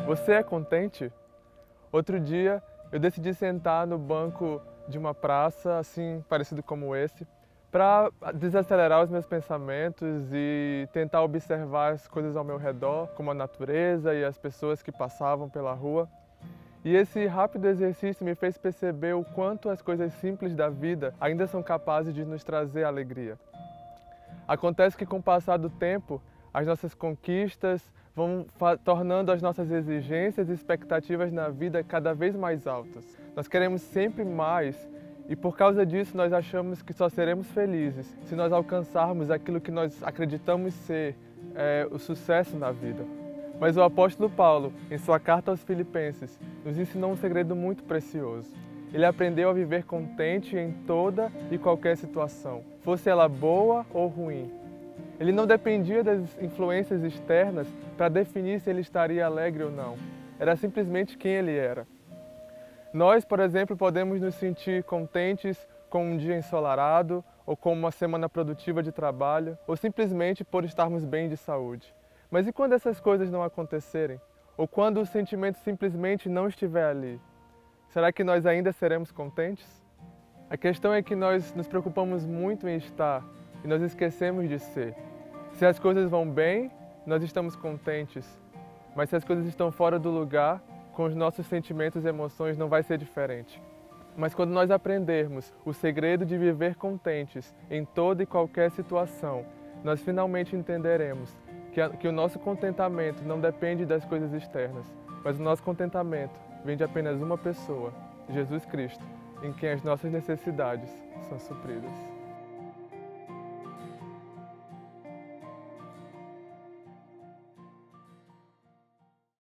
Você é contente? Outro dia eu decidi sentar no banco de uma praça, assim, parecido como esse, para desacelerar os meus pensamentos e tentar observar as coisas ao meu redor, como a natureza e as pessoas que passavam pela rua. E esse rápido exercício me fez perceber o quanto as coisas simples da vida ainda são capazes de nos trazer alegria. Acontece que com o passar do tempo, as nossas conquistas vão tornando as nossas exigências e expectativas na vida cada vez mais altas. Nós queremos sempre mais e por causa disso nós achamos que só seremos felizes se nós alcançarmos aquilo que nós acreditamos ser o sucesso na vida. Mas o apóstolo Paulo, em sua carta aos Filipenses, nos ensinou um segredo muito precioso. Ele aprendeu a viver contente em toda e qualquer situação, fosse ela boa ou ruim. Ele não dependia das influências externas para definir se ele estaria alegre ou não. Era simplesmente quem ele era. Nós, por exemplo, podemos nos sentir contentes com um dia ensolarado, ou com uma semana produtiva de trabalho, ou simplesmente por estarmos bem de saúde. Mas e quando essas coisas não acontecerem? Ou quando o sentimento simplesmente não estiver ali? Será que nós ainda seremos contentes? A questão é que nós nos preocupamos muito em estar e nós esquecemos de ser. Se as coisas vão bem, nós estamos contentes. Mas se as coisas estão fora do lugar, com os nossos sentimentos e emoções não vai ser diferente. Mas quando nós aprendermos o segredo de viver contentes em toda e qualquer situação, nós finalmente entenderemos que o nosso contentamento não depende das coisas externas, mas o nosso contentamento vem de apenas uma pessoa, Jesus Cristo, em quem as nossas necessidades são supridas.